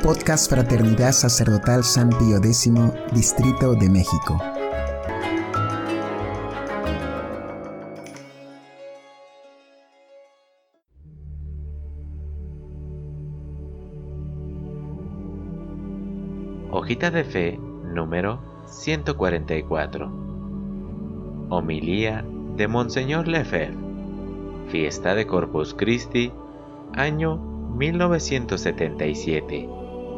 Podcast Fraternidad Sacerdotal San Pío X, Distrito de México. Hojita de Fe número 144. Homilía de Monseñor Lefebvre. Fiesta de Corpus Christi, año 1977.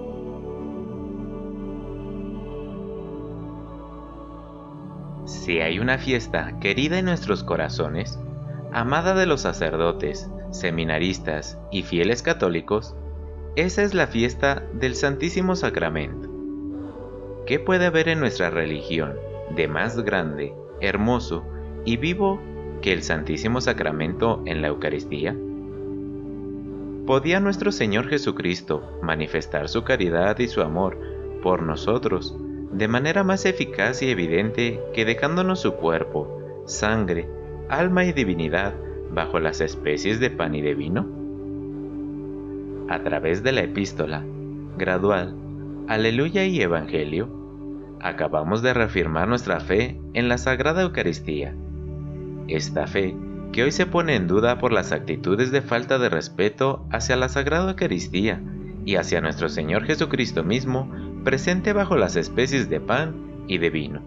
Si hay una fiesta querida en nuestros corazones, amada de los sacerdotes, seminaristas y fieles católicos, esa es la fiesta del Santísimo Sacramento. ¿Qué puede haber en nuestra religión de más grande, hermoso y vivo que el Santísimo Sacramento en la Eucaristía? ¿Podía nuestro Señor Jesucristo manifestar su caridad y su amor por nosotros de manera más eficaz y evidente que dejándonos su cuerpo, sangre, alma y divinidad bajo las especies de pan y de vino? A través de la epístola, gradual, Aleluya y Evangelio, acabamos de reafirmar nuestra fe en la Sagrada Eucaristía. Esta fe que hoy se pone en duda por las actitudes de falta de respeto hacia la Sagrada Eucaristía y hacia nuestro Señor Jesucristo mismo, presente bajo las especies de pan y de vino.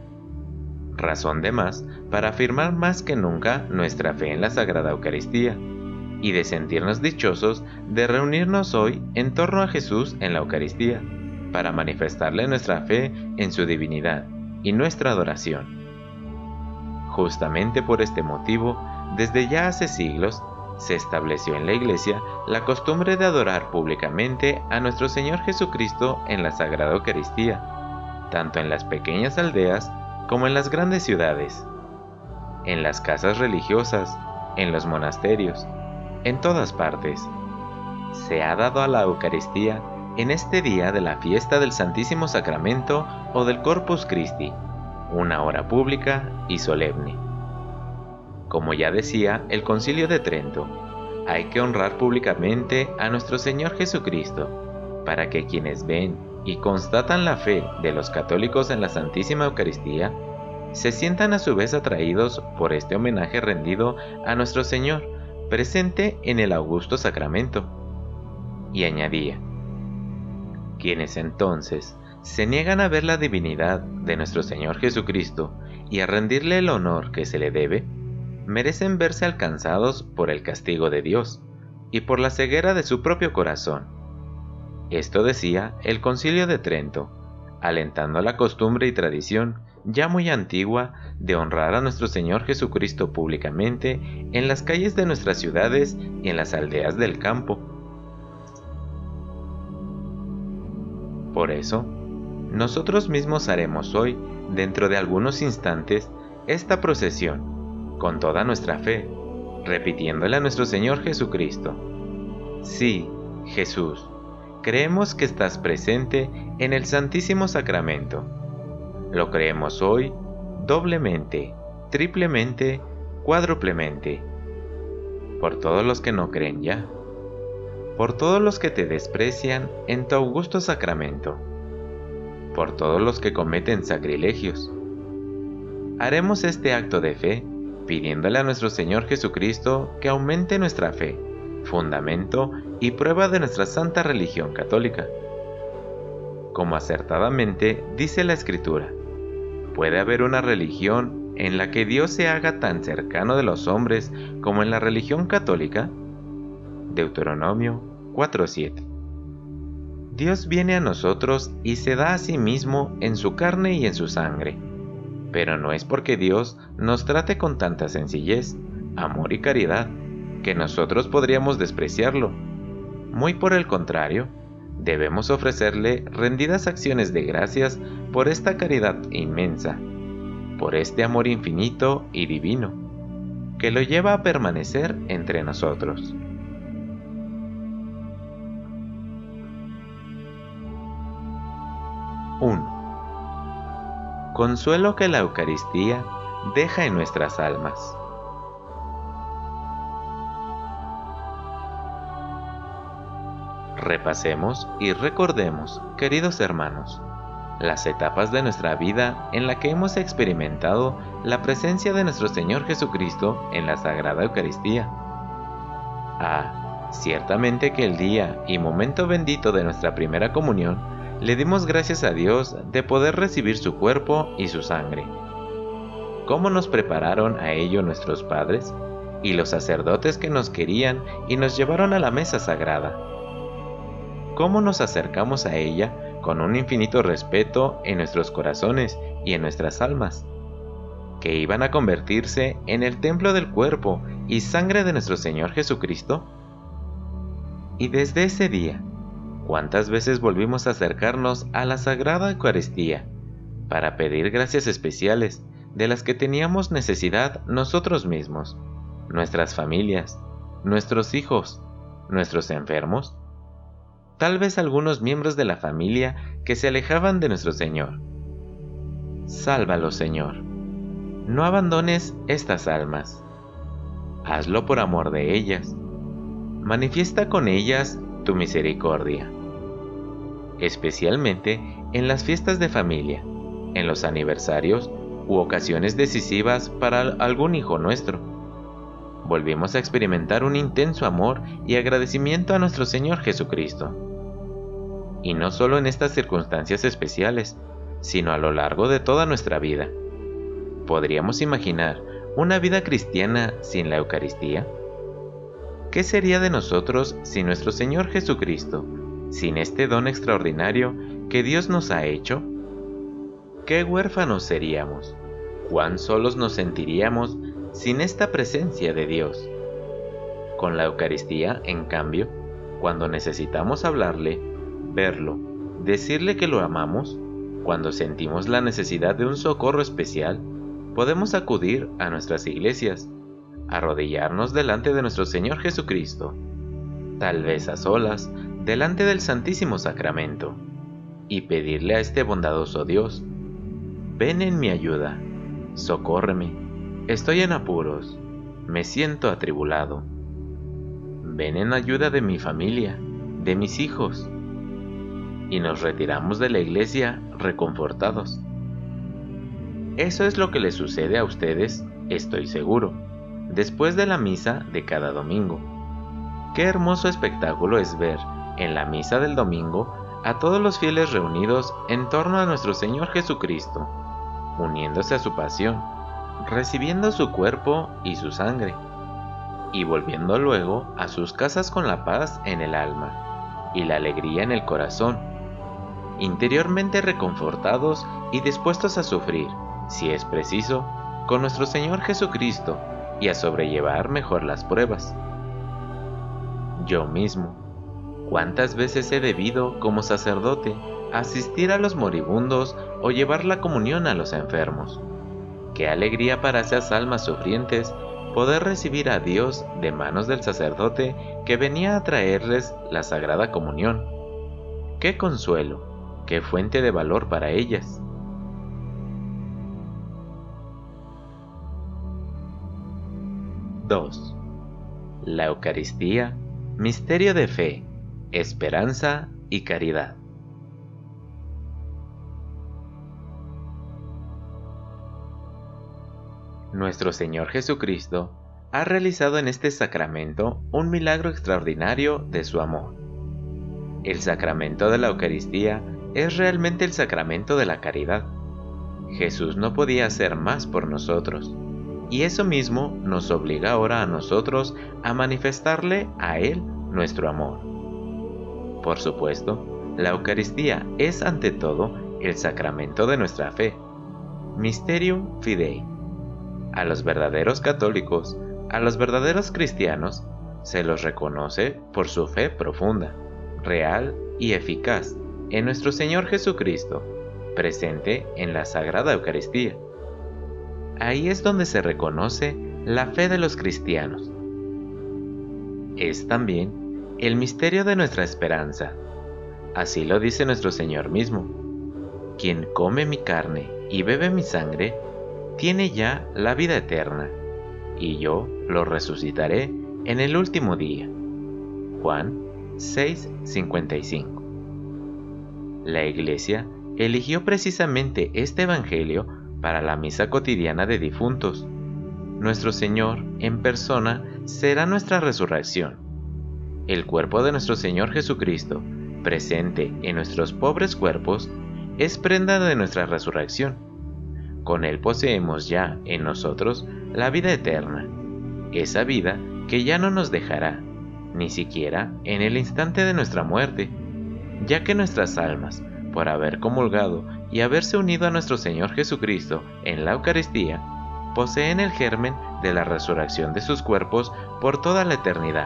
Razón de más para afirmar más que nunca nuestra fe en la Sagrada Eucaristía y de sentirnos dichosos de reunirnos hoy en torno a Jesús en la Eucaristía, para manifestarle nuestra fe en su divinidad y nuestra adoración. Justamente por este motivo, desde ya hace siglos, se estableció en la Iglesia la costumbre de adorar públicamente a nuestro Señor Jesucristo en la Sagrada Eucaristía, tanto en las pequeñas aldeas como en las grandes ciudades, en las casas religiosas, en los monasterios, en todas partes. Se ha dado a la Eucaristía en este día de la fiesta del Santísimo Sacramento o del Corpus Christi, una hora pública y solemne. Como ya decía el Concilio de Trento, hay que honrar públicamente a nuestro Señor Jesucristo, para que quienes ven y constatan la fe de los católicos en la Santísima Eucaristía, se sientan a su vez atraídos por este homenaje rendido a nuestro Señor, presente en el augusto sacramento. Y añadía: quienes entonces se niegan a ver la divinidad de nuestro Señor Jesucristo y a rendirle el honor que se le debe, merecen verse alcanzados por el castigo de Dios y por la ceguera de su propio corazón. Esto decía el Concilio de Trento, alentando la costumbre y tradición ya muy antigua de honrar a nuestro Señor Jesucristo públicamente en las calles de nuestras ciudades y en las aldeas del campo. Por eso, nosotros mismos haremos hoy, dentro de algunos instantes, esta procesión, con toda nuestra fe, repitiéndole a nuestro Señor Jesucristo: sí, Jesús, creemos que estás presente en el Santísimo Sacramento. Lo creemos hoy doblemente, triplemente, cuádruplemente. Por todos los que no creen ya, por todos los que te desprecian en tu augusto sacramento, por todos los que cometen sacrilegios. Haremos este acto de fe pidiéndole a nuestro Señor Jesucristo que aumente nuestra fe, fundamento y prueba de nuestra santa religión católica. Como acertadamente dice la Escritura, ¿puede haber una religión en la que Dios se haga tan cercano de los hombres como en la religión católica? Deuteronomio 4:7. Dios viene a nosotros y se da a sí mismo en su carne y en su sangre, pero no es porque Dios nos trate con tanta sencillez, amor y caridad, que nosotros podríamos despreciarlo. Muy por el contrario, debemos ofrecerle rendidas acciones de gracias por esta caridad inmensa, por este amor infinito y divino, que lo lleva a permanecer entre nosotros. Consuelo que la Eucaristía deja en nuestras almas. Repasemos y recordemos, queridos hermanos, las etapas de nuestra vida en la que hemos experimentado la presencia de nuestro Señor Jesucristo en la Sagrada Eucaristía. Ciertamente que el día y momento bendito de nuestra primera comunión, le dimos gracias a Dios de poder recibir su cuerpo y su sangre. ¿Cómo nos prepararon a ello nuestros padres y los sacerdotes que nos querían y nos llevaron a la mesa sagrada? ¿Cómo nos acercamos a ella con un infinito respeto en nuestros corazones y en nuestras almas, que iban a convertirse en el templo del cuerpo y sangre de nuestro Señor Jesucristo? Y desde ese día, ¿cuántas veces volvimos a acercarnos a la Sagrada Eucaristía para pedir gracias especiales de las que teníamos necesidad nosotros mismos, nuestras familias, nuestros hijos, nuestros enfermos? Tal vez algunos miembros de la familia que se alejaban de nuestro Señor. Sálvalos, Señor. No abandones estas almas. Hazlo por amor de ellas. Manifiesta con ellas tu misericordia, especialmente en las fiestas de familia, en los aniversarios u ocasiones decisivas para algún hijo nuestro. Volvimos a experimentar un intenso amor y agradecimiento a nuestro Señor Jesucristo. Y no solo en estas circunstancias especiales, sino a lo largo de toda nuestra vida. ¿Podríamos imaginar una vida cristiana sin la Eucaristía? ¿Qué sería de nosotros sin nuestro Señor Jesucristo, sin este don extraordinario que Dios nos ha hecho? ¿Qué huérfanos seríamos? ¿Cuán solos nos sentiríamos sin esta presencia de Dios? Con la Eucaristía, en cambio, cuando necesitamos hablarle, verlo, decirle que lo amamos, cuando sentimos la necesidad de un socorro especial, podemos acudir a nuestras iglesias, arrodillarnos delante de nuestro Señor Jesucristo, tal vez a solas, delante del Santísimo Sacramento, y pedirle a este bondadoso Dios: ven en mi ayuda, socórreme, estoy en apuros, me siento atribulado. Ven en ayuda de mi familia, de mis hijos. Y nos retiramos de la iglesia reconfortados. Eso es lo que les sucede a ustedes, estoy seguro, después de la misa de cada domingo. Qué hermoso espectáculo es ver, en la misa del domingo, a todos los fieles reunidos en torno a nuestro Señor Jesucristo, uniéndose a su pasión, recibiendo su cuerpo y su sangre, y volviendo luego a sus casas con la paz en el alma y la alegría en el corazón, interiormente reconfortados y dispuestos a sufrir, si es preciso, con nuestro Señor Jesucristo y a sobrellevar mejor las pruebas. Yo mismo, ¿cuántas veces he debido, como sacerdote, asistir a los moribundos o llevar la comunión a los enfermos? Qué alegría para esas almas sufrientes poder recibir a Dios de manos del sacerdote que venía a traerles la Sagrada Comunión. Qué consuelo, qué fuente de valor para ellas. II. La Eucaristía, misterio de fe, esperanza y caridad. Nuestro Señor Jesucristo ha realizado en este sacramento un milagro extraordinario de su amor. El sacramento de la Eucaristía es realmente el sacramento de la caridad. Jesús no podía hacer más por nosotros, y eso mismo nos obliga ahora a nosotros a manifestarle a Él nuestro amor. Por supuesto, la Eucaristía es ante todo el sacramento de nuestra fe, Mysterium Fidei. A los verdaderos católicos, a los verdaderos cristianos, se los reconoce por su fe profunda, real y eficaz en nuestro Señor Jesucristo, presente en la Sagrada Eucaristía. Ahí es donde se reconoce la fe de los cristianos. Es también el misterio de nuestra esperanza. Así lo dice nuestro Señor mismo: quien come mi carne y bebe mi sangre, tiene ya la vida eterna, y yo lo resucitaré en el último día. Juan 6:55. La Iglesia eligió precisamente este Evangelio para la misa cotidiana de difuntos. Nuestro Señor en persona será nuestra resurrección. El cuerpo de nuestro Señor Jesucristo, presente en nuestros pobres cuerpos, es prenda de nuestra resurrección. Con Él poseemos ya en nosotros la vida eterna, esa vida que ya no nos dejará, ni siquiera en el instante de nuestra muerte, ya que nuestras almas, por haber comulgado y haberse unido a nuestro Señor Jesucristo en la Eucaristía, poseen el germen de la resurrección de sus cuerpos por toda la eternidad.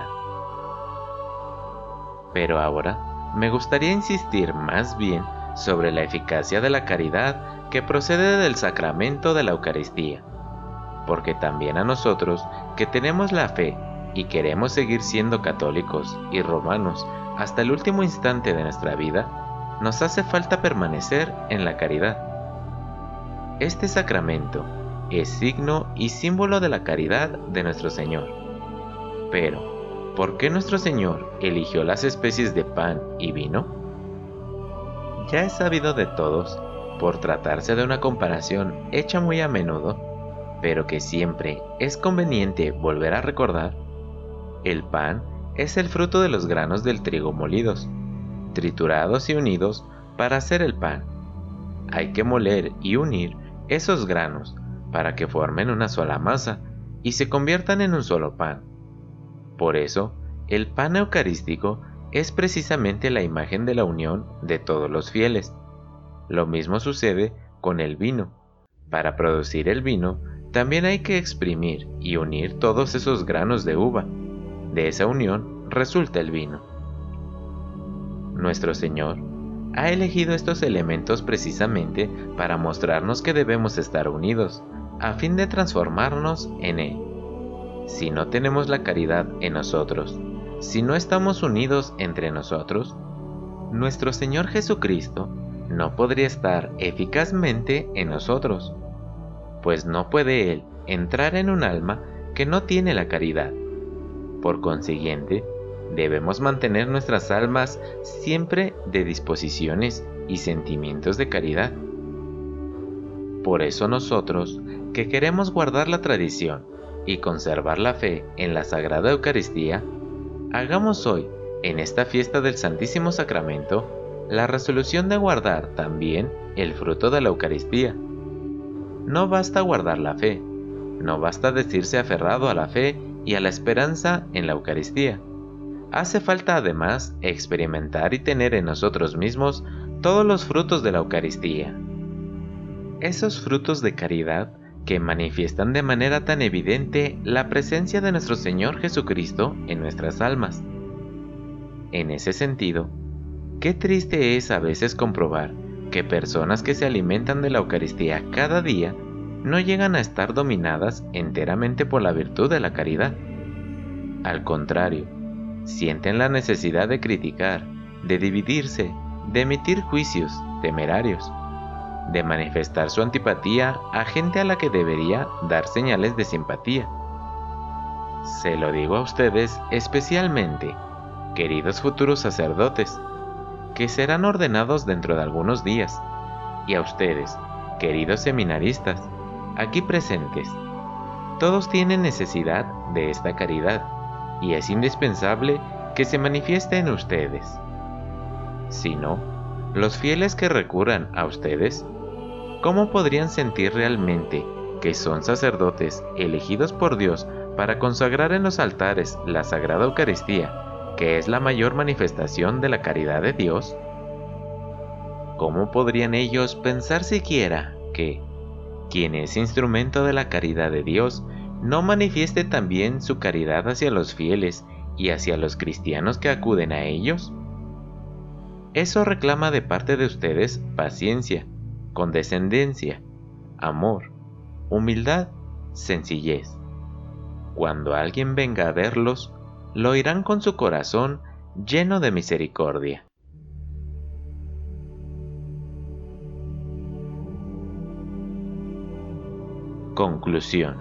Pero ahora me gustaría insistir más bien sobre la eficacia de la caridad que procede del sacramento de la Eucaristía, porque también a nosotros que tenemos la fe y queremos seguir siendo católicos y romanos hasta el último instante de nuestra vida, nos hace falta permanecer en la caridad. Este sacramento es signo y símbolo de la caridad de nuestro Señor. Pero, ¿por qué nuestro Señor eligió las especies de pan y vino? Ya es sabido de todos, por tratarse de una comparación hecha muy a menudo, pero que siempre es conveniente volver a recordar. El pan es el fruto de los granos del trigo molidos, triturados y unidos para hacer el pan. Hay que moler y unir esos granos para que formen una sola masa y se conviertan en un solo pan. Por eso, el pan eucarístico es precisamente la imagen de la unión de todos los fieles. Lo mismo sucede con el vino. Para producir el vino, también hay que exprimir y unir todos esos granos de uva. De esa unión resulta el vino. Nuestro Señor ha elegido estos elementos precisamente para mostrarnos que debemos estar unidos, a fin de transformarnos en Él. Si no tenemos la caridad en nosotros, si no estamos unidos entre nosotros, nuestro Señor Jesucristo no podría estar eficazmente en nosotros, pues no puede Él entrar en un alma que no tiene la caridad. Por consiguiente, debemos mantener nuestras almas siempre de disposiciones y sentimientos de caridad. Por eso nosotros, que queremos guardar la tradición y conservar la fe en la Sagrada Eucaristía, hagamos hoy, en esta fiesta del Santísimo Sacramento, la resolución de guardar también el fruto de la Eucaristía. No basta guardar la fe, no basta decirse aferrado a la fe y a la esperanza en la Eucaristía. Hace falta además experimentar y tener en nosotros mismos todos los frutos de la Eucaristía. Esos frutos de caridad que manifiestan de manera tan evidente la presencia de nuestro Señor Jesucristo en nuestras almas. En ese sentido, qué triste es a veces comprobar que personas que se alimentan de la Eucaristía cada día no llegan a estar dominadas enteramente por la virtud de la caridad. Al contrario, sienten la necesidad de criticar, de dividirse, de emitir juicios temerarios, de manifestar su antipatía a gente a la que debería dar señales de simpatía. Se lo digo a ustedes especialmente, queridos futuros sacerdotes, que serán ordenados dentro de algunos días, y a ustedes, queridos seminaristas, aquí presentes. Todos tienen necesidad de esta caridad, y es indispensable que se manifieste en ustedes. Si no, los fieles que recurran a ustedes, ¿cómo podrían sentir realmente que son sacerdotes elegidos por Dios para consagrar en los altares la Sagrada Eucaristía, que es la mayor manifestación de la caridad de Dios? ¿Cómo podrían ellos pensar siquiera que quien es instrumento de la caridad de Dios no manifieste también su caridad hacia los fieles y hacia los cristianos que acuden a ellos? Eso reclama de parte de ustedes paciencia, condescendencia, amor, humildad, sencillez. Cuando alguien venga a verlos, lo oirán con su corazón lleno de misericordia. Conclusión.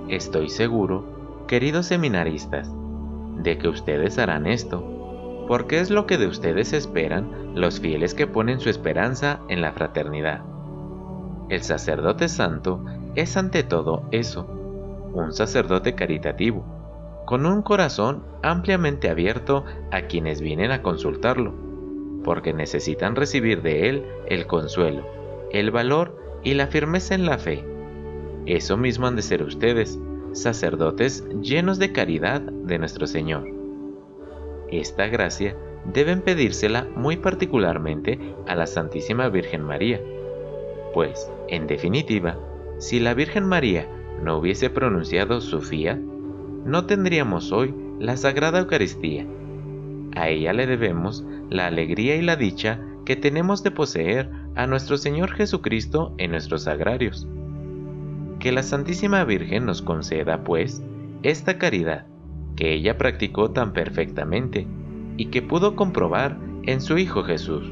Estoy seguro, queridos seminaristas, de que ustedes harán esto, porque es lo que de ustedes esperan los fieles que ponen su esperanza en la fraternidad. El sacerdote santo es ante todo eso, un sacerdote caritativo, con un corazón ampliamente abierto a quienes vienen a consultarlo, porque necesitan recibir de él el consuelo, el valor y la firmeza en la fe. Eso mismo han de ser ustedes, sacerdotes llenos de caridad de nuestro Señor. Esta gracia deben pedírsela muy particularmente a la Santísima Virgen María, pues, en definitiva, si la Virgen María no hubiese pronunciado su fiat, no tendríamos hoy la Sagrada Eucaristía. A ella le debemos la alegría y la dicha que tenemos de poseer a nuestro Señor Jesucristo en nuestros sagrarios. Que la Santísima Virgen nos conceda, pues, esta caridad que ella practicó tan perfectamente y que pudo comprobar en su Hijo Jesús.